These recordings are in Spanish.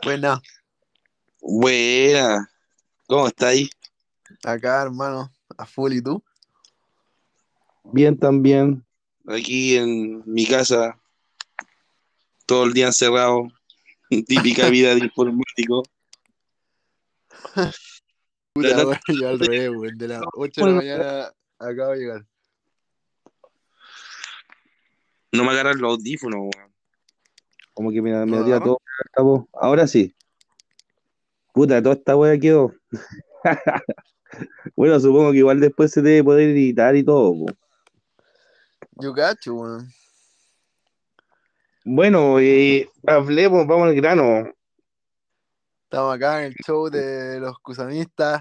Buena, Buena, ¿cómo estáis? acá hermano, a full y tú. Bien también. Aquí en mi casa, todo el día encerrado, típica vida de informático. La Puta, nota- weón, yo al revés, weón, de las 8 de la bueno, mañana acabo de llegar. no me agarran los audífonos, weón. Como que me, ¿No me lo tira agarran? todo al cabo. Ahora sí. Puta, toda esta wea quedó. Bueno, supongo que igual después se debe poder editar y todo, po. Yo cacho, weón. Bueno, hablemos, vamos al grano. Estamos acá en el show de los Cusamistas.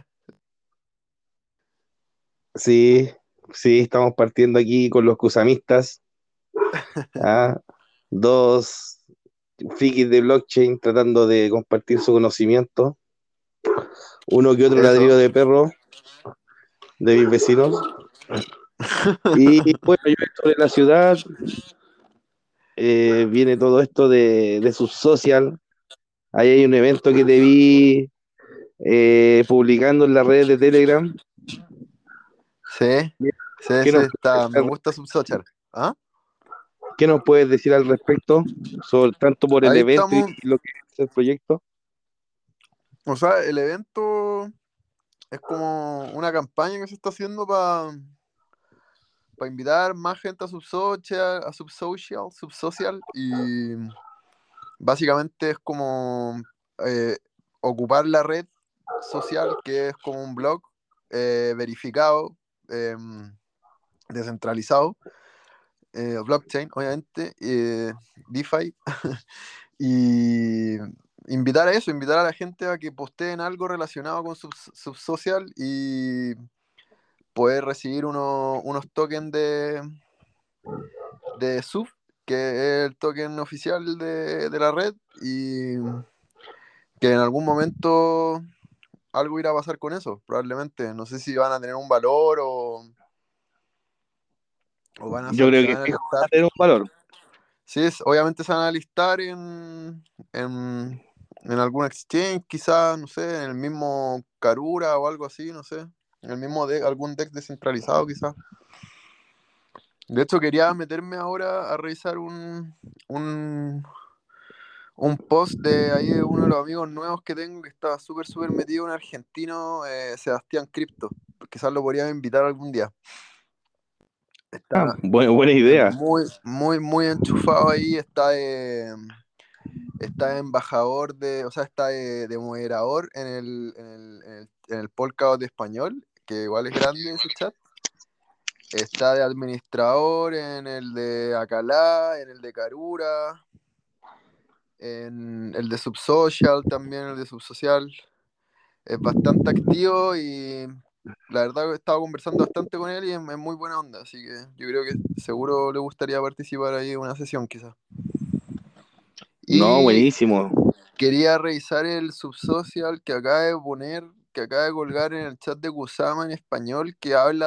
Sí, sí, estamos partiendo aquí con los cusamistas. ¿Ah? Dos frikis de blockchain tratando de compartir su conocimiento. Uno que otro Eso. ladrillo de perro de mis vecinos. Y bueno, yo estoy en la ciudad, viene todo esto de Subsocial. Ahí hay un evento que te vi publicando en las redes de Telegram. Sí, sí, ¿Qué sí, nos, está. Me gusta Subsochar. ¿Ah? qué nos puedes decir al respecto? Sobre, tanto por el Ahí evento y estamos. lo que es el proyecto. O sea, el evento es como una campaña que se está haciendo para invitar más gente a Subsocial, y básicamente es como eh, ocupar la red social, que es como un blog verificado, descentralizado, blockchain, obviamente, DeFi, y invitar a la gente a que posteen algo relacionado con Subsocial y poder recibir unos tokens de SUB, que es el token oficial de la red, y que en algún momento algo irá a pasar con eso, probablemente. No sé si van a tener un valor o Yo creo se que van a fijo va a listar. tener un valor. Sí, obviamente se van a listar en algún exchange, quizás, no sé, en el mismo Karura o algo así, no sé. En el mismo deck, algún deck descentralizado, quizás. De hecho, quería meterme ahora a revisar un, un post de ahí de uno de los amigos nuevos que tengo, que estaba súper, súper metido, un argentino, Sebastián Cripto. Quizás lo podría invitar algún día. Ah, Está buena idea. muy, muy, muy enchufado ahí. Está de embajador o sea, está de moderador en el podcast de español, que igual es grande ese chat. Está de administrador en el de Acalá, en el de Karura, en el de Subsocial también, el de Subsocial. Es bastante activo y la verdad que he estado conversando bastante con él y es muy buena onda, así que yo creo que seguro le gustaría participar ahí en una sesión quizás. No, Y buenísimo. quería revisar el Subsocial que acaba de colgar en el chat de Kusama en español,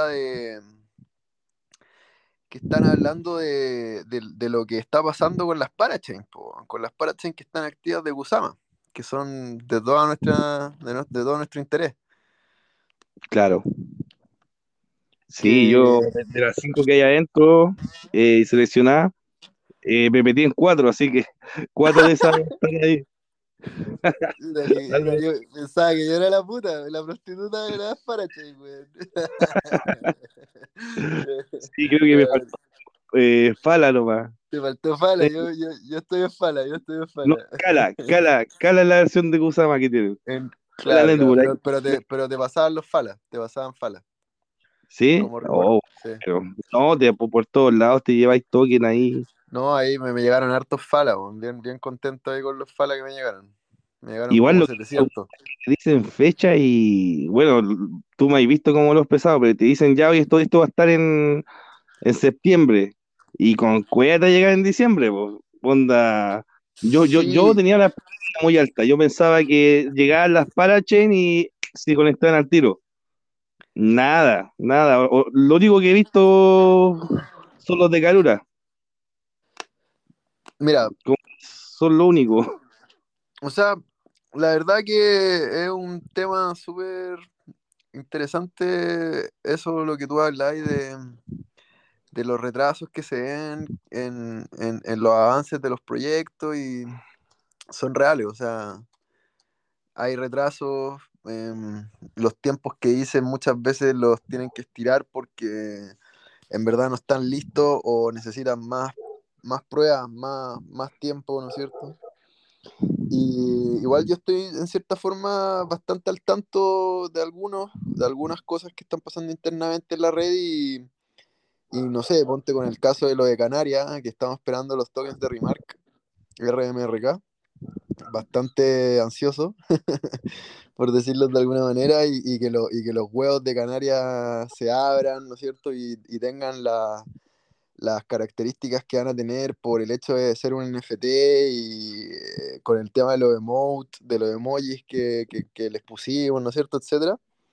que están hablando de lo que está pasando con las parachains, con las parachains que están activas de Kusama, que son de todo nuestro interés. Claro. Sí, yo Que de las cinco que hay adentro seleccionadas, me metí en cuatro, así que cuatro de esas están ahí. Puta, que Algo- yo pensaba que yo era la puta, la prostituta de las parachains, weón. Sí, creo que me faltó Fala nomás. Te faltó Fala, Eh, yo estoy en Fala, yo estoy en no, Fala. Cala es la versión de Kusama que tiene. Cala Claro, claro, Network. pero te pasaban los Falas, te pasaban Falas, ¿Sí? como recuerdo, Oh, sí. pero no, por todos lados te lleváis token ahí. No, ahí me llegaron hartos Falas, weón, bien, bien contento ahí con los Falas que me llegaron. Me llegaron Igual como lo que 700. te dicen fecha y bueno, tú me has visto como los pesados, pero te dicen ya, hoy esto va a estar en septiembre y con cueva te llega en diciembre, pues. Onda, yo Sí, tenía la expectativa muy alta. Yo pensaba que llegaban las parachain y se conectaban al tiro. Nada, nada. Lo único que he visto son los de Karura. mira, Como son lo único. o sea, La verdad que es un tema súper interesante eso lo que tú hablas de los retrasos que se ven en los avances de los proyectos y son reales, o sea, hay retrasos, los tiempos que dicen muchas veces los tienen que estirar porque en verdad no están listos o necesitan más pruebas, más tiempo, ¿no es cierto? Y igual yo estoy en cierta forma bastante al tanto de algunas cosas que están pasando internamente en la red y no sé, ponte con el caso de lo de Canarias, que estamos esperando los tokens de Remark, RMRK, bastante ansioso, por decirlo de alguna manera, y que los huevos de Canarias se abran, ¿no es cierto? Y tengan las características que van a tener por el hecho de ser un NFT y con el tema de los emotes, de los emojis que les pusimos, ¿no es cierto? Etcétera.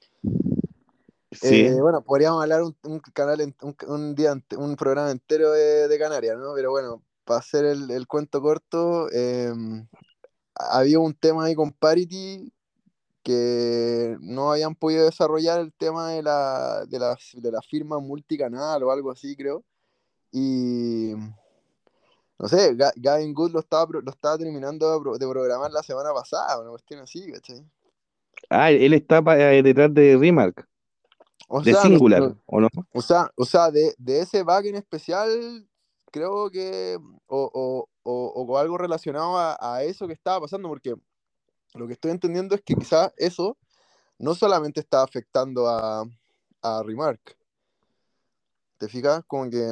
Sí. Bueno, podríamos hablar un canal, un día, un programa entero de Canarias, ¿no? Pero bueno, para hacer el cuento corto, había un tema ahí con Parity que no habían podido desarrollar el tema de la firma multicanal o algo así, creo. Y no sé, Gavin Good lo estaba terminando de programar la semana pasada, una cuestión así, ¿cachai? Ah, él está detrás de Remark, O de sea, Singular, ¿o no? o sea, de ese bug en especial, creo que, o algo relacionado a eso que estaba pasando, porque lo que estoy entendiendo es que quizás eso no solamente está afectando a Remark, ¿te fijas? Como que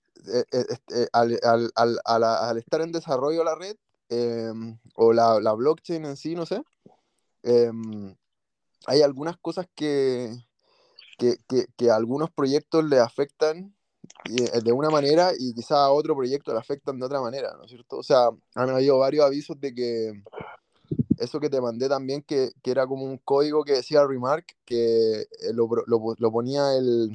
al estar en desarrollo la red, o la blockchain en sí, no sé, hay algunas cosas que a algunos proyectos le afectan de una manera y quizá a otro proyecto le afectan de otra manera, ¿no es cierto? O sea, han habido varios avisos de que eso que te mandé también, que era como un código que decía Remark, que lo ponía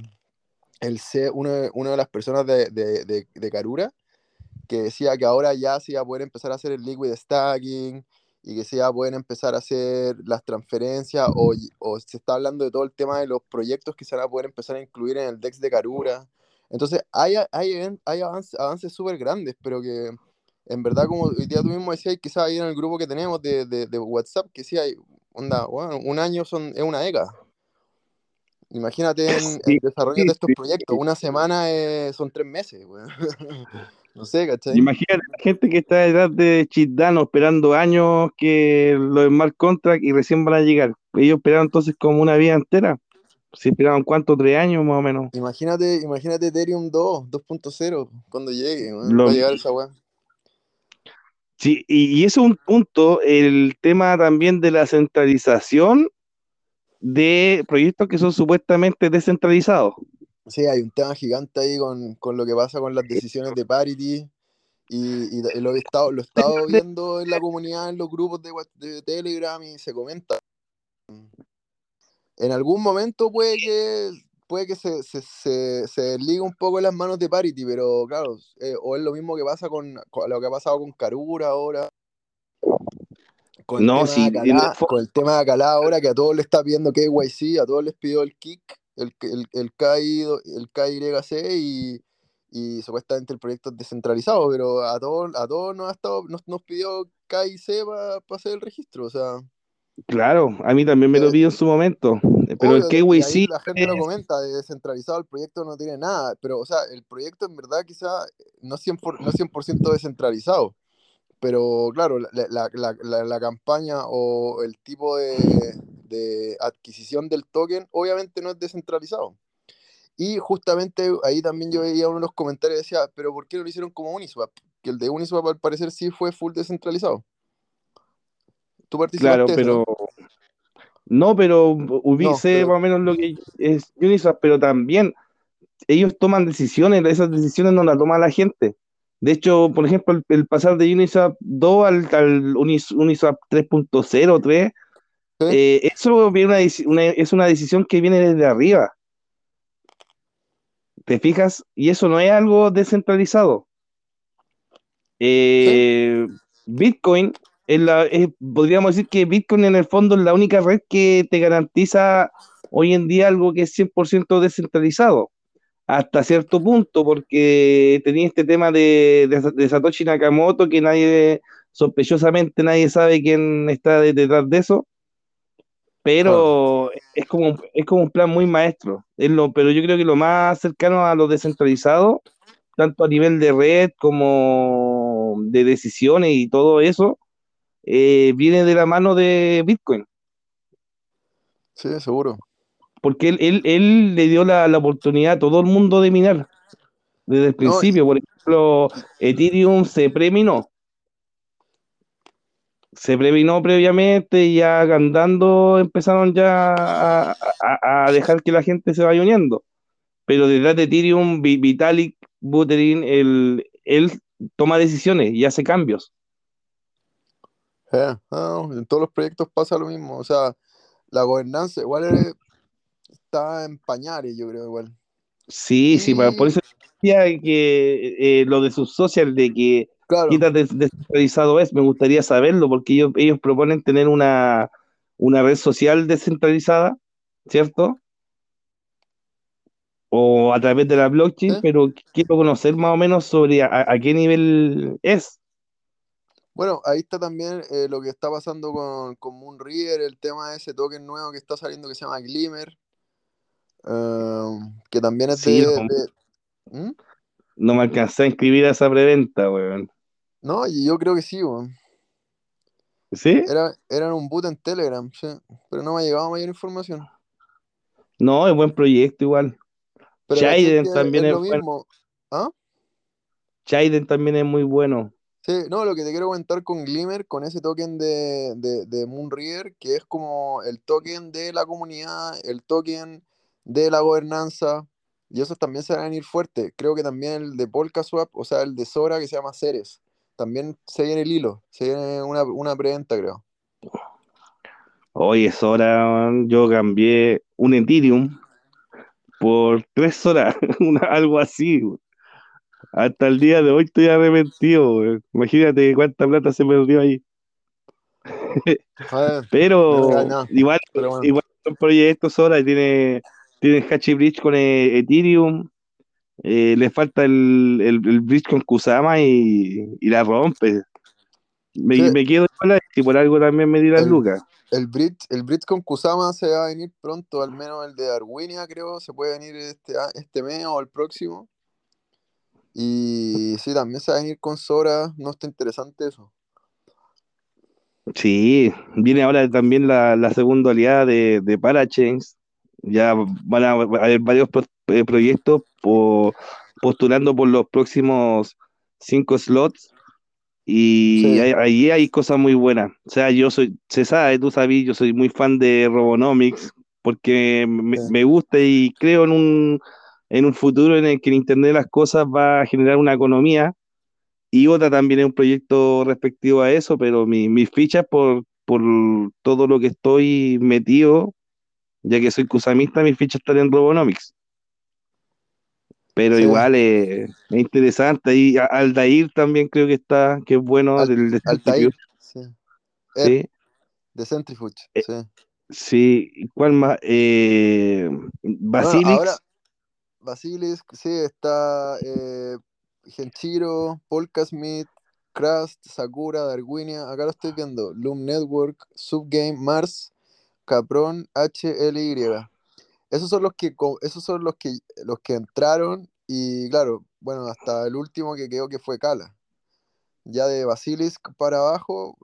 una de las personas de Karura, que decía que ahora ya se iba a poder empezar a hacer el liquid stacking y que se iba a poder empezar a hacer las transferencias o se está hablando de todo el tema de los proyectos que se van a poder empezar a incluir en el DEX de Karura. Entonces hay avances súper grandes, pero que en verdad, como hoy día tú mismo decías, quizás ahí en el grupo que tenemos de WhatsApp, que sí hay, onda, bueno, un año es una década. Imagínate en Sí, desarrollo sí, de estos sí. proyectos, una semana son 3 meses, weón. No sé, ¿cachai? Imagínate la gente que está detrás de Chitano esperando años que los smart contract y recién van a llegar. Ellos esperaron entonces como una vida entera. Si esperaban cuánto, 3 años más o menos. Imagínate Ethereum 2.0 cuando llegue, weón, Lo va a llegar mismo. esa weá. Sí, y eso es un punto, el tema también de la centralización de proyectos que son supuestamente descentralizados. Sí, hay un tema gigante ahí con lo que pasa con las decisiones de Parity y lo he estado viendo en la comunidad, en los grupos de Telegram y se comenta. En algún momento puede que se desligue un poco las manos de Parity, pero claro, o es lo mismo que pasa con lo que ha pasado con Karura ahora, No, si en el Con el tema de Acalá ahora, que a todos les está pidiendo KYC, a todos les pidió el kick, el KYC y supuestamente el proyecto es descentralizado, pero a todos nos pidió KYC para hacer el registro, o sea, claro, a mí también me lo eh, pidió en su momento, pero el obvio, y ahí KYC la gente lo es, comenta, de descentralizado el proyecto no tiene nada, pero o sea, el proyecto en verdad quizá no 100% descentralizado, pero claro, la campaña o el tipo de adquisición del token obviamente no es descentralizado. Y justamente ahí también yo veía uno de los comentarios y decía, pero ¿por qué no lo hicieron como Uniswap? Que el de Uniswap al parecer sí fue full descentralizado. ¿Tú participaste claro, de ese, no? pero no, pero No, sé pero más o menos lo que es Uniswap, pero también ellos toman decisiones, esas decisiones no las toma la gente. De hecho, por ejemplo, el pasar de Uniswap 2 al Uniswap 3.0, 3, sí, eso viene es una decisión que viene desde arriba, ¿te fijas? Y eso no es algo descentralizado. sí, Eh, Bitcoin podríamos decir que Bitcoin en el fondo es la única red que te garantiza hoy en día algo que es 100% descentralizado, hasta cierto punto, porque tenía este tema de Satoshi Nakamoto, que sospechosamente nadie sabe quién está detrás de eso, Claro. pero es como un plan muy maestro. Pero yo creo que lo más cercano a lo descentralizado, tanto a nivel de red como de decisiones y todo eso, viene de la mano de Bitcoin, Sí, seguro. porque él le dio la oportunidad a todo el mundo de minar desde el No, principio. Por ejemplo, y- Ethereum se preminó previamente y ya andando empezaron ya a dejar que la gente se vaya uniendo. Pero detrás de Ethereum, Vitalik Buterin, él toma decisiones y hace cambios. en todos los proyectos pasa lo mismo. O sea, la gobernanza igual está en pañales, yo creo igual. Sí, sí, por Y eso decía que lo de sus socios, de que qué claro, tan descentralizado es, me gustaría saberlo, porque ellos proponen tener una red social descentralizada, ¿cierto? O a través de la blockchain, ¿sí? pero quiero conocer más o menos sobre a qué nivel es. Bueno, ahí está también lo que está pasando con Moonriver, el tema de ese token nuevo que está saliendo que se llama Glimmer, que también es Sí, no, ¿Mm? no me alcancé a inscribir a esa preventa, weón. No, y yo creo que sí, weón. ¿Sí? Era un boot en Telegram, sí, pero no me ha llegado mayor información. No, es buen proyecto igual. Pero caché que También es es lo bueno. mismo. ¿Ah? Chaiden también es muy bueno. Sí, no, lo que te quiero comentar con Glimmer, con ese token de Moonriver, que es como el token de la comunidad, el token de la gobernanza, y esos también se van a ir fuertes. Creo que también el de PolkaSwap, o sea, el de Sora que se llama Ceres, también se viene el hilo, se viene una preventa, creo. Hoy es hora, weón. Yo cambié un Ethereum por 3 horas, algo así, weón. Hasta el día de hoy estoy arrepentido, weón. Imagínate cuánta plata se perdió ahí. A ver, no me da Pero nada, igual, pero bueno. igual son proyectos ahora, tiene Hachi Bridge con Ethereum, le falta el Bridge con Kusama y la rompe. Sí, Me quedo con la y por algo también me di las el, lucas. el Bridge con Kusama se va a venir pronto, al menos el de Darwinia, creo, se puede venir este mes o el próximo. Y sí, también se va a venir con Sora, no está interesante eso. Sí, viene ahora también la segunda oleada de Parachains. Ya van a haber varios proyectos postulando por los próximos 5 slots y Sí, ahí hay cosas muy buenas. O sea, se sabe, tú sabes, yo soy muy fan de Robonomics porque sí, me gusta y creo en un futuro en el que el Internet de las cosas va a generar una economía y otra también es un proyecto respectivo a eso, pero mis fichas por todo lo que estoy metido, ya que soy cusamista, mis fichas están en Robonomics. Pero sí. igual es interesante. Y Aldair también creo que es bueno, Al, del de Centrifuge, Altair, sí. ¿sí? De Centrifuge, Eh, sí. sí, ¿cuál más? Bueno, ahora Basilix, Basilisk, sí, está Genshiro, Polkasmith, Crust, Sakura, Darwinia. Acá lo estoy viendo. Loom Network, Subgame, Mars, Capron, HLY. Esos son los que entraron y claro, bueno, hasta el último que quedó que fue Kala. Ya de Basilisk para abajo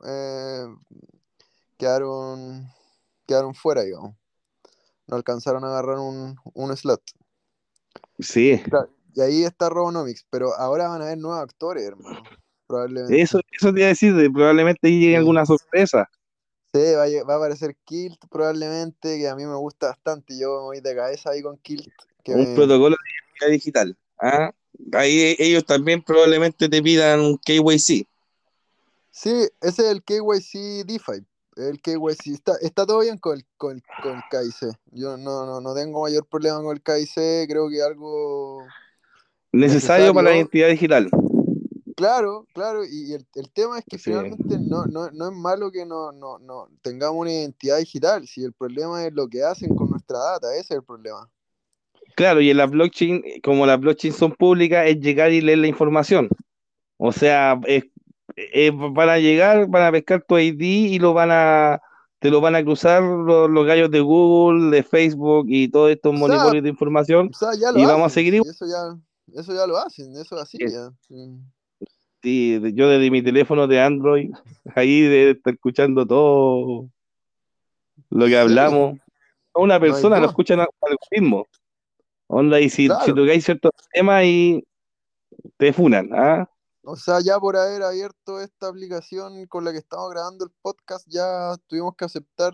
quedaron, quedaron fuera, digamos. No alcanzaron a agarrar un slot. sí. Claro, y ahí está Robonomics, pero ahora van a haber nuevos actores, hermano. Probablemente. Eso te iba a decir, probablemente ahí llegue Sí. alguna sorpresa. Sí, va a aparecer Kilt probablemente, que a mí me gusta bastante. Yo me voy de cabeza ahí con Kilt. Un protocolo de identidad digital. ¿Ah? Ahí ellos también probablemente te pidan un KYC. Sí, ese es el KYC DeFi. El KYC está todo bien con el KIC. Yo no tengo mayor problema con el KIC. Creo que algo Necesario para la necesario. identidad digital. claro, claro, y el tema es que Sí. finalmente no es malo que no tengamos una identidad digital, si el problema es lo que hacen con nuestra data, ese es el problema. Claro, y en la blockchain, como las blockchains son públicas, es llegar y leer la información. O sea, van a llegar, van a pescar tu ID y te lo van a cruzar los gallos de Google, de Facebook y todos estos O sea, monopolios de información ya lo y vamos a hacen, seguir sí, igual. eso ya lo hacen, eso es así Eh, ya. Sí. Sí, yo desde mi teléfono de Android, ahí de estar escuchando todo lo que Sí, hablamos. Una no hay persona lo duda. escucha al algoritmo. Onda, y si Claro. tocáis ciertos temas y te funan, ¿ah? O sea, ya por haber abierto esta aplicación con la que estamos grabando el podcast, ya tuvimos que aceptar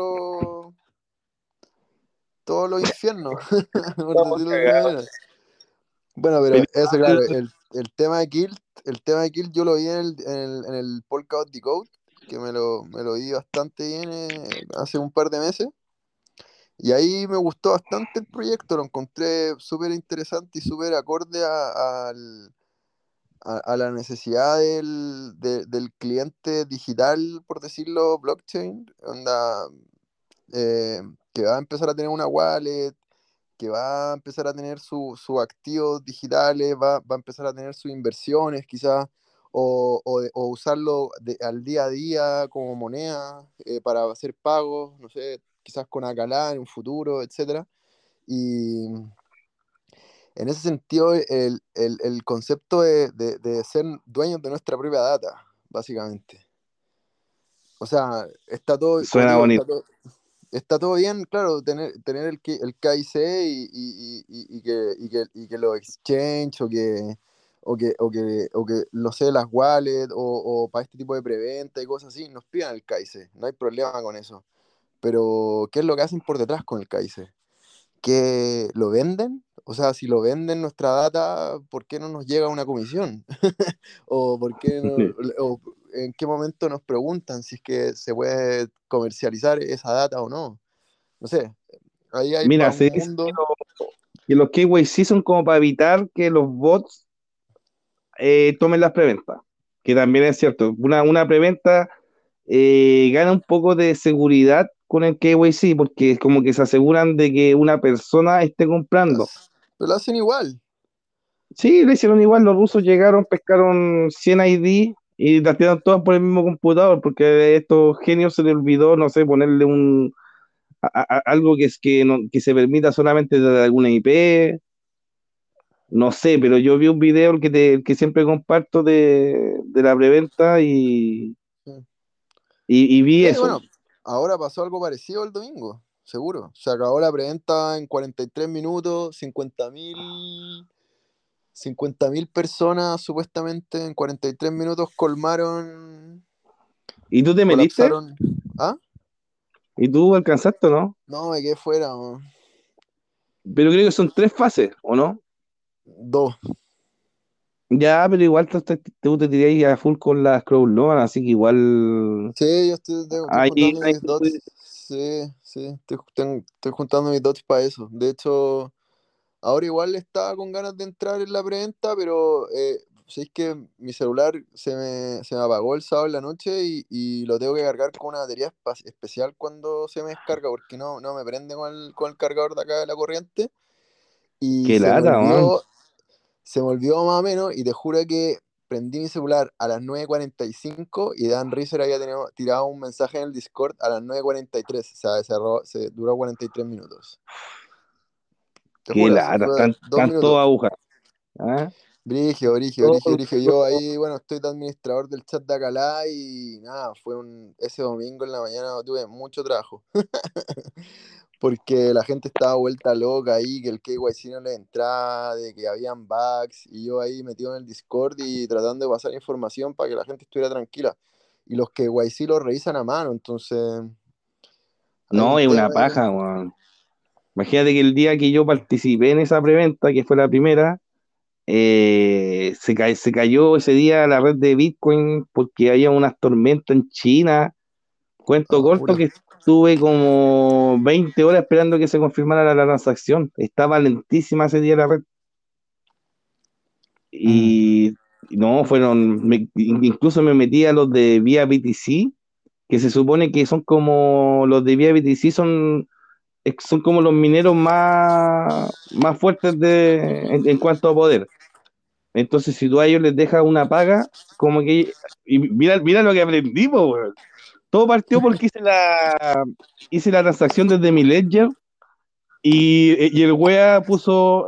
todos los infiernos, por Estamos decirlo de una cagados. manera. Bueno, pero Pero eso, claro, igual, el tema de Kilt yo lo vi en el Polkadot Decode, que me lo vi bastante bien hace un par de meses. Y ahí me gustó bastante el proyecto, lo encontré súper interesante y súper acorde a la necesidad del cliente digital, por decirlo, blockchain, onda, que va a empezar a tener una wallet, que va a empezar a tener sus activos digitales, va a empezar a tener sus inversiones quizás, o usarlo al día a día como moneda para hacer pagos, no sé, quizás con Acalá en un futuro, etcétera. Y en ese sentido, el concepto de ser dueños de nuestra propia data, básicamente. O sea, está todo, como te suena digo, bonito. está todo bien, claro, tener el KIC y que los exchange o que, no sé, las wallets o para este tipo de preventa y cosas así, nos pidan el KIC, no hay problema con eso. Pero, ¿qué es lo que hacen por detrás con el KIC? ¿Que lo venden? O sea, si lo venden nuestra data, ¿por qué no nos llega una comisión? ¿O por qué o en qué momento nos preguntan si es que se puede comercializar esa data o no? No sé, ahí hay para Mira, se un dice mundo. que los KYC son como para evitar que los bots tomen las preventas, que también es cierto. Una preventa gana un poco de seguridad con el KYC, porque es como que se aseguran de que una persona esté comprando. Pero lo hacen igual. Sí, le hicieron igual, los rusos llegaron, pescaron 100 ID y las tiraron todas por el mismo computador, porque a estos genios se les olvidó, no sé, ponerle algo que, es que, no, que se permita solamente desde alguna IP, no sé, pero yo vi un video que siempre comparto de la preventa Sí. y vi Sí, eso. bueno, ahora pasó algo parecido el domingo, seguro. Se acabó la preventa en 43 minutos, 50.000 personas supuestamente en 43 minutos ¿Y tú te metiste? colapsaron. ¿Ah? ¿Y tú alcanzaste o no? No, me quedé fuera. Man. Pero creo que son tres fases, ¿o no? Dos. Ya, pero igual tú te tiráis a full con las Crowlone, así que igual Sí, yo estoy ahí juntando no hay mis dots. Sí, sí, estoy juntando mis dots para eso. De hecho, ahora igual estaba con ganas de entrar en la preventa, pero si es que mi celular se me apagó el sábado en la noche y lo tengo que cargar con una batería especial cuando se me descarga, porque no me prende con el cargador de acá de la corriente. Y qué lata, man. se me olvidó más o menos, y te juro que prendí mi celular a las 9:45 y Dan Reeser había tirado un mensaje en el Discord a las 9:43. O sea, se duró 43 minutos. Te Qué juro, se lata, fue dos están todas minutos. agujas. ¿Ah? Brigio, brigio, brigio, Todo- brigio. Yo ahí, bueno, estoy de administrador del chat de Acalá y nada, ese domingo en la mañana tuve mucho trabajo. Porque la gente estaba vuelta loca ahí, que el KYC no le entraba, de que habían bugs, y yo ahí metido en el Discord y tratando de pasar información para que la gente estuviera tranquila. Y los KYC los revisan a mano, entonces hay No, un es una tema ahí. paja, man. Imagínate que el día que yo participé en esa preventa, que fue la primera, se cayó ese día la red de Bitcoin porque había unas tormentas en China. Cuento Ah, corto pura. que estuve como 20 horas esperando que se confirmara la transacción. Estaba lentísima ese día la red. Mm. Y, no, incluso me metí a los de Vía BTC, que se supone que son como los de Vía BTC son como los mineros más fuertes en cuanto a poder. Entonces, si tú a ellos les dejas una paga, como que, y mira lo que aprendí, po, weón. Todo partió porque hice la transacción desde mi Ledger y el wea puso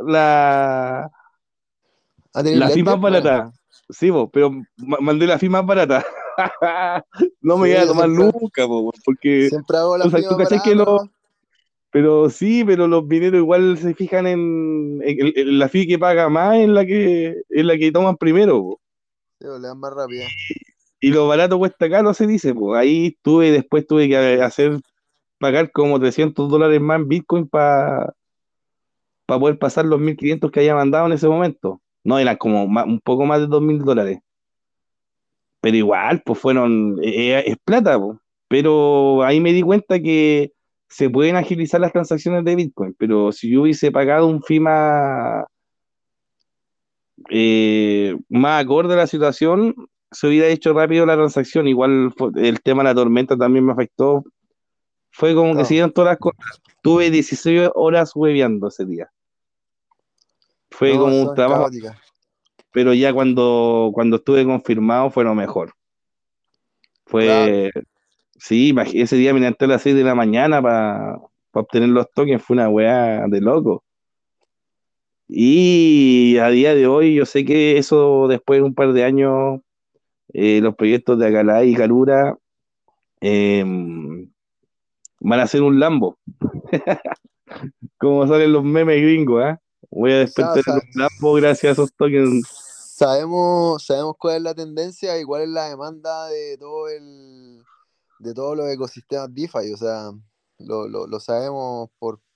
¿Ah, tenéis la fee Ledger? más Buena. barata. Sí, po, pero mandé la fee más barata. No Sí, me iba a yo tomar siempre, nunca, po, porque siempre hago la tú, sabes- fima tú cachai que barata nomás. pero sí, pero los mineros igual se fijan en la fee que paga más en la que toman primero, po. Sí, pues, le dan más rápida. Y lo barato cuesta caro, se dice, pues. Después tuve que pagar como $300 más en Bitcoin para poder pasar los 1.500 que había mandado en ese momento. No, eran como un poco más de $2.000. Pero igual, pues es plata, pues. Pero ahí me di cuenta que se pueden agilizar las transacciones de Bitcoin, pero si yo hubiese pagado un fee más acorde a la situación, se hubiera hecho rápido la transacción. Igual el tema de la tormenta también me afectó. Fue como que se Claro. dieron todas las cosas. Tuve 16 horas hueveando ese día. Fue No, como un son trabajo, caóticas. pero ya cuando estuve confirmado fue lo mejor. Claro. Fue, sí, ese día me levanté a las 6 de la mañana para obtener los tokens, fue una weá de loco. Y a día de hoy yo sé que eso después de un par de años, los proyectos de Akalai y Karura van a ser un Lambo, como salen los memes gringos, ¿ah? Voy a O después sea, tener un Lambo gracias a esos tokens. sabemos cuál es la tendencia y cuál es la demanda de todos los ecosistemas DeFi. O sea, lo sabemos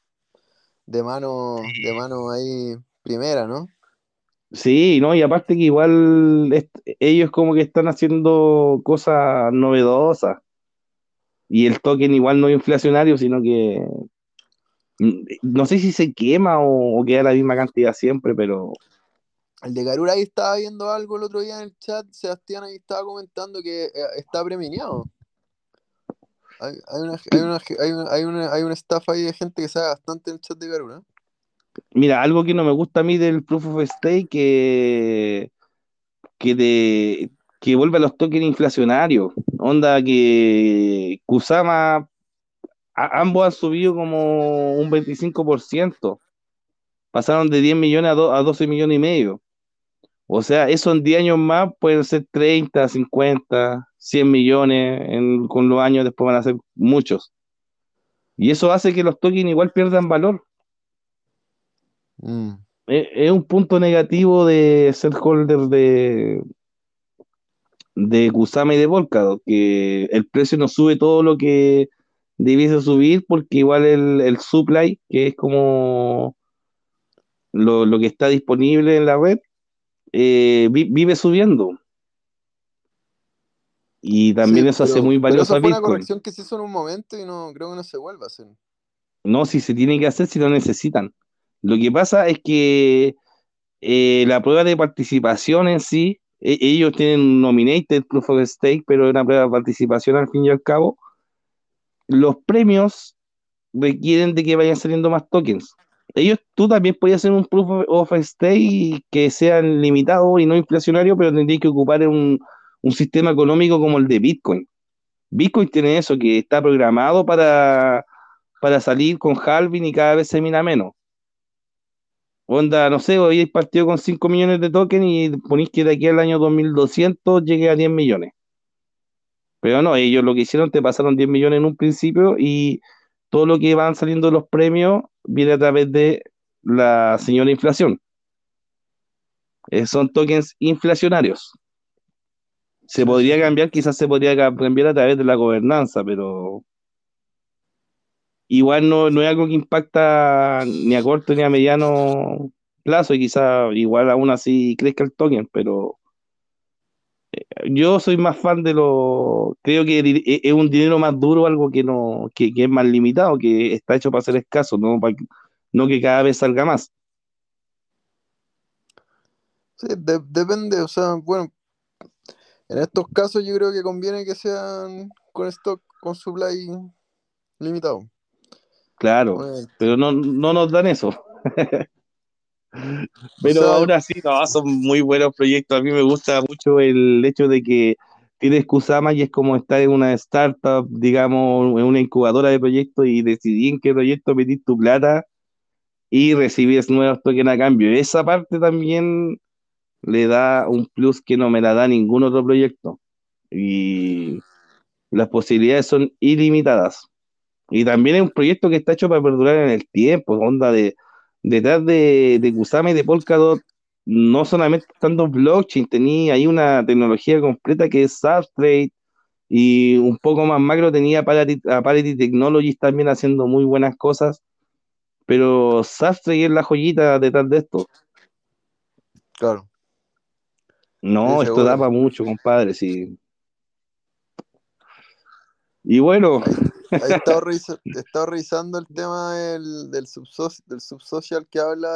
de mano ahí primera, ¿no? Sí, ¿no? Y aparte que igual ellos como que están haciendo cosas novedosas y el token igual no es inflacionario, sino que no sé si se quema o queda la misma cantidad siempre, pero El de Karura ahí estaba viendo algo el otro día en el chat. Sebastián ahí estaba comentando que está premiado. Hay una estafa ahí de gente que sabe bastante en el chat de Karura. mira, algo que no me gusta a mí del Proof of Stake que, de, que vuelve a los tokens inflacionarios. Onda que Kusama, ambos han subido como un 25%. Pasaron de 10 millones a 12 millones y medio. O sea, eso en 10 años más pueden ser 30, 50, 100 millones, con los años después van a ser muchos. Y eso hace que los tokens igual pierdan valor. Mm. Es un punto negativo de ser holder de Kusama y de Polkadot, que el precio no sube todo lo que debiese subir porque igual el supply, que es como lo que está disponible en la red, vive subiendo. Y Sí, también eso hace pero, muy pero valioso eso a fue una Bitcoin. corrección que se hizo en un momento y no creo que no se vuelva a hacer. No, si se tiene que hacer, si lo necesitan. Lo que pasa es que la prueba de participación en sí, ellos tienen un nominated proof of stake, pero es una prueba de participación al fin y al cabo. Los premios requieren de que vayan saliendo más tokens. Tú también podías hacer un proof of stake que sea limitado y no inflacionario, pero tendrías que ocupar un sistema económico como el de Bitcoin. Bitcoin tiene eso, que está programado para salir con halving y cada vez se mina menos. Onda, no sé, hoy hay partido con 5 millones de tokens y ponís que de aquí al año 2200 llegue a 10 millones. Pero no, ellos lo que hicieron, te pasaron 10 millones en un principio y todo lo que van saliendo de los premios viene a través de la señora inflación. Son tokens inflacionarios. Se Sí, sí, podría sí. cambiar, quizás se podría cambiar a través de la gobernanza, pero igual no es algo que impacta ni a corto ni a mediano plazo y quizás igual aún así crezca el token, pero yo soy más fan creo que es un dinero más duro, algo que no, que es más limitado, que está hecho para ser escaso, no que cada vez salga más. Sí, depende, o sea, bueno, en estos casos yo creo que conviene que sean con stock, con supply limitado, Claro, obviamente. pero no, no nos dan eso. O Pero sea, aún así, no, son muy buenos proyectos. A mí me gusta mucho el hecho de que tienes Kusama y es como estar en una startup, digamos, en una incubadora de proyectos y decidir en qué proyecto meter tu plata y recibes nuevos tokens a cambio. Esa parte también le da un plus que no me la da ningún otro proyecto. Y las posibilidades son ilimitadas. Y también es un proyecto que está hecho para perdurar en el tiempo, onda detrás de Kusama y de Polkadot, no solamente estando blockchain, tenía ahí una tecnología completa que es Substrate, y un poco más macro tenía Parity Technologies también haciendo muy buenas cosas, pero Substrate es la joyita detrás de esto. claro, sí, No, esto da seguro. para mucho, compadre, sí. Y bueno, Ahí, ahí he estado revisando el tema del subsocial que habla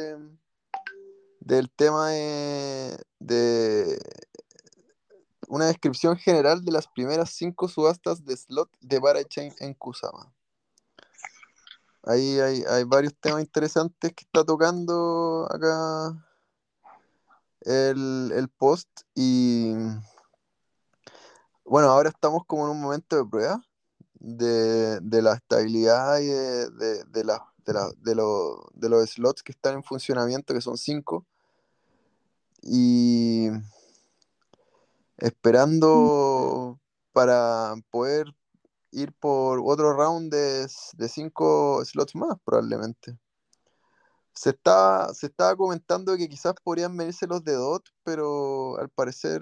del tema de una descripción general de las primeras 5 subastas de slot de Parachain en Kusama. Ahí hay varios temas interesantes que está tocando acá el post y bueno, ahora estamos como en un momento de prueba de la estabilidad y de los slots que están en funcionamiento, que son 5, y esperando para poder ir por otro round de 5 slots más, probablemente. Se estaba comentando que quizás podrían venirse los de DOT, pero al parecer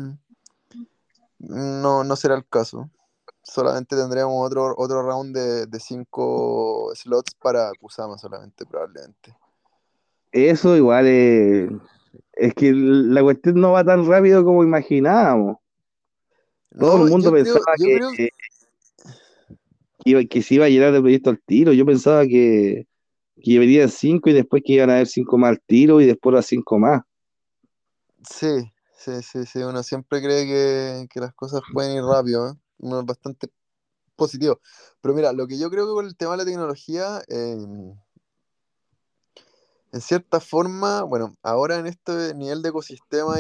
no será el caso. Solamente tendremos otro round de 5 slots para Kusama solamente, probablemente. eso igual es que la cuestión no va tan rápido como imaginábamos. Todo el No, mundo pensaba yo creo, que se iba a llenar de proyecto al tiro. Yo pensaba que venían cinco y después que iban a haber cinco más al tiro y después las cinco más. sí, sí, uno siempre cree que las cosas pueden ir rápido, ¿eh? Uno es bastante positivo. Pero mira, lo que yo creo que con el tema de la tecnología, en cierta forma, bueno, ahora en este nivel de ecosistema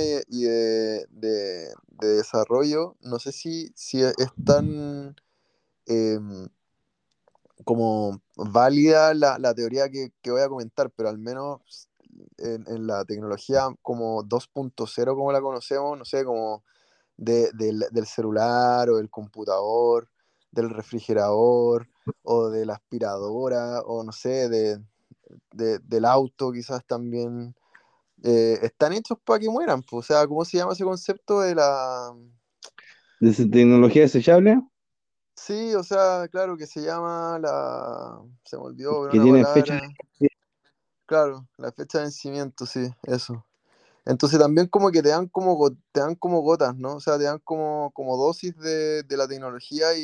de desarrollo, no sé si es tan em, como válida la teoría que voy a comentar, pero al menos en la tecnología como 2.0 como la conocemos, no sé, como del celular o del computador, del refrigerador o de la aspiradora o no sé, del auto quizás también, están hechos para que mueran, pues. O sea, ¿cómo se llama ese concepto de la... ¿De tecnología desechable? Sí, o sea, claro que se llama la... Se me olvidó, pero Que una tienen fecha palabra. Claro, la fecha de vencimiento, sí, eso. Entonces también como que te dan como, te dan como gotas, ¿no? O sea, te dan como dosis de la tecnología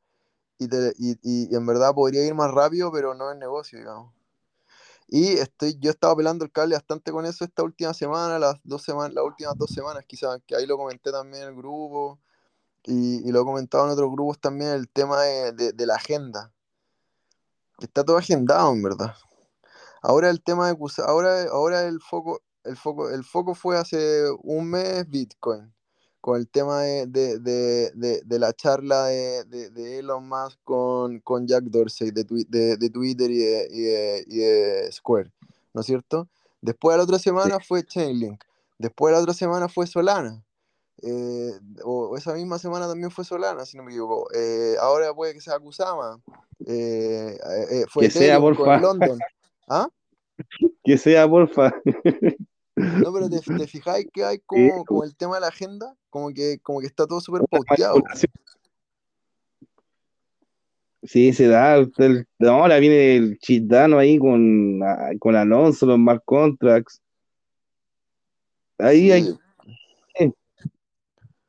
y en verdad podría ir más rápido, pero no es negocio, digamos. Yo he estado pelando el cable bastante con eso esta última semana, las últimas 2 semanas quizás, que ahí lo comenté también en el grupo y lo he comentado en otros grupos también, el tema de la agenda, que está todo agendado en verdad. Ahora el tema ahora el foco fue hace un mes Bitcoin, con el tema de la charla de Elon Musk con Jack Dorsey de Twitter y de Square, ¿no es cierto? Después la otra sí, semana fue Chainlink, después la otra semana fue Solana, eh, o esa misma semana también fue Solana, si no me equivoco. Ahora puede que sea Kusama, fue que sea, Ethereum con porfa, London. ¿Ah? que sea, porfa. No, pero te fijáis que hay Sí, como el tema de la agenda, como que está todo súper una pauteado. manipulación. Sí, se da. No, ahora viene el Chitano ahí con Alonso, los smart contracts. Ahí hay. Sí,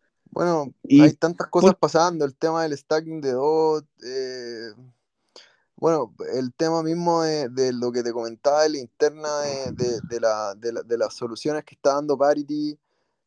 bueno, hay Y tantas cosas pasando, el tema del stacking de DOT, Bueno, el tema mismo de lo que te comentaba de la interna de las soluciones que está dando Parity,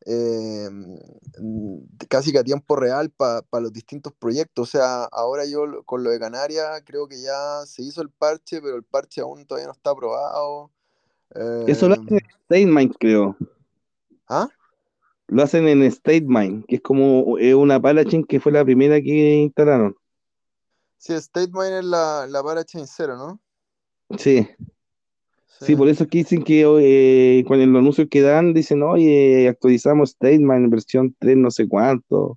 casi que a tiempo real para los distintos proyectos. O sea, ahora yo con lo de Canarias creo que ya se hizo el parche, pero el parche aún todavía no está aprobado. Eso lo Eh, hacen en StateMind, creo. ¿Ah? Lo hacen en StateMind, que es como una Parachain que fue la primera que instalaron. Sí, StateMine es la parachain cero, ¿no? Sí, Sí, sí, por eso es que dicen que con el anuncio que dan, dicen, oye, actualizamos StateMind en versión 3 no sé cuánto.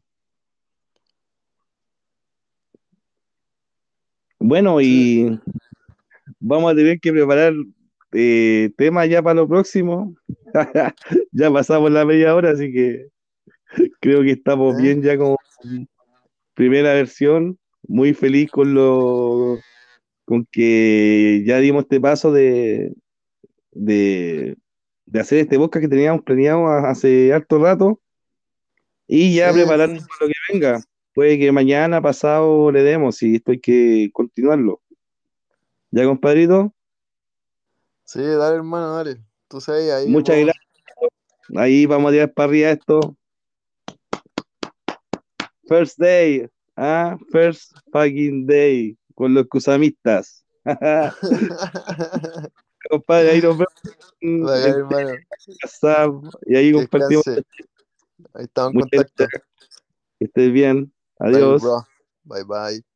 Bueno, sí. y vamos a tener que preparar temas ya para lo próximo. Ya pasamos la media hora, así que creo que estamos ¿Eh? bien ya con primera versión. Muy feliz con que ya dimos este paso de, de hacer este podcast que teníamos planeado hace harto rato y Sí, ya prepararnos para lo que venga. Puede que mañana, pasado le demos y esto hay que continuarlo. ¿Ya, compadrito? sí, dale hermano, dale. Tú sabes, ahí Muchas vos. gracias. Ahí vamos a tirar para arriba esto. First day, first fucking day con los cusamistas. Compadre, ahí nos vemos Bacán, en hermano. WhatsApp y ahí Que compartimos. descanse. Ahí estamos en Muchas contacto. gracias, que estés bien. Dale, Adiós. bro. Bye bye.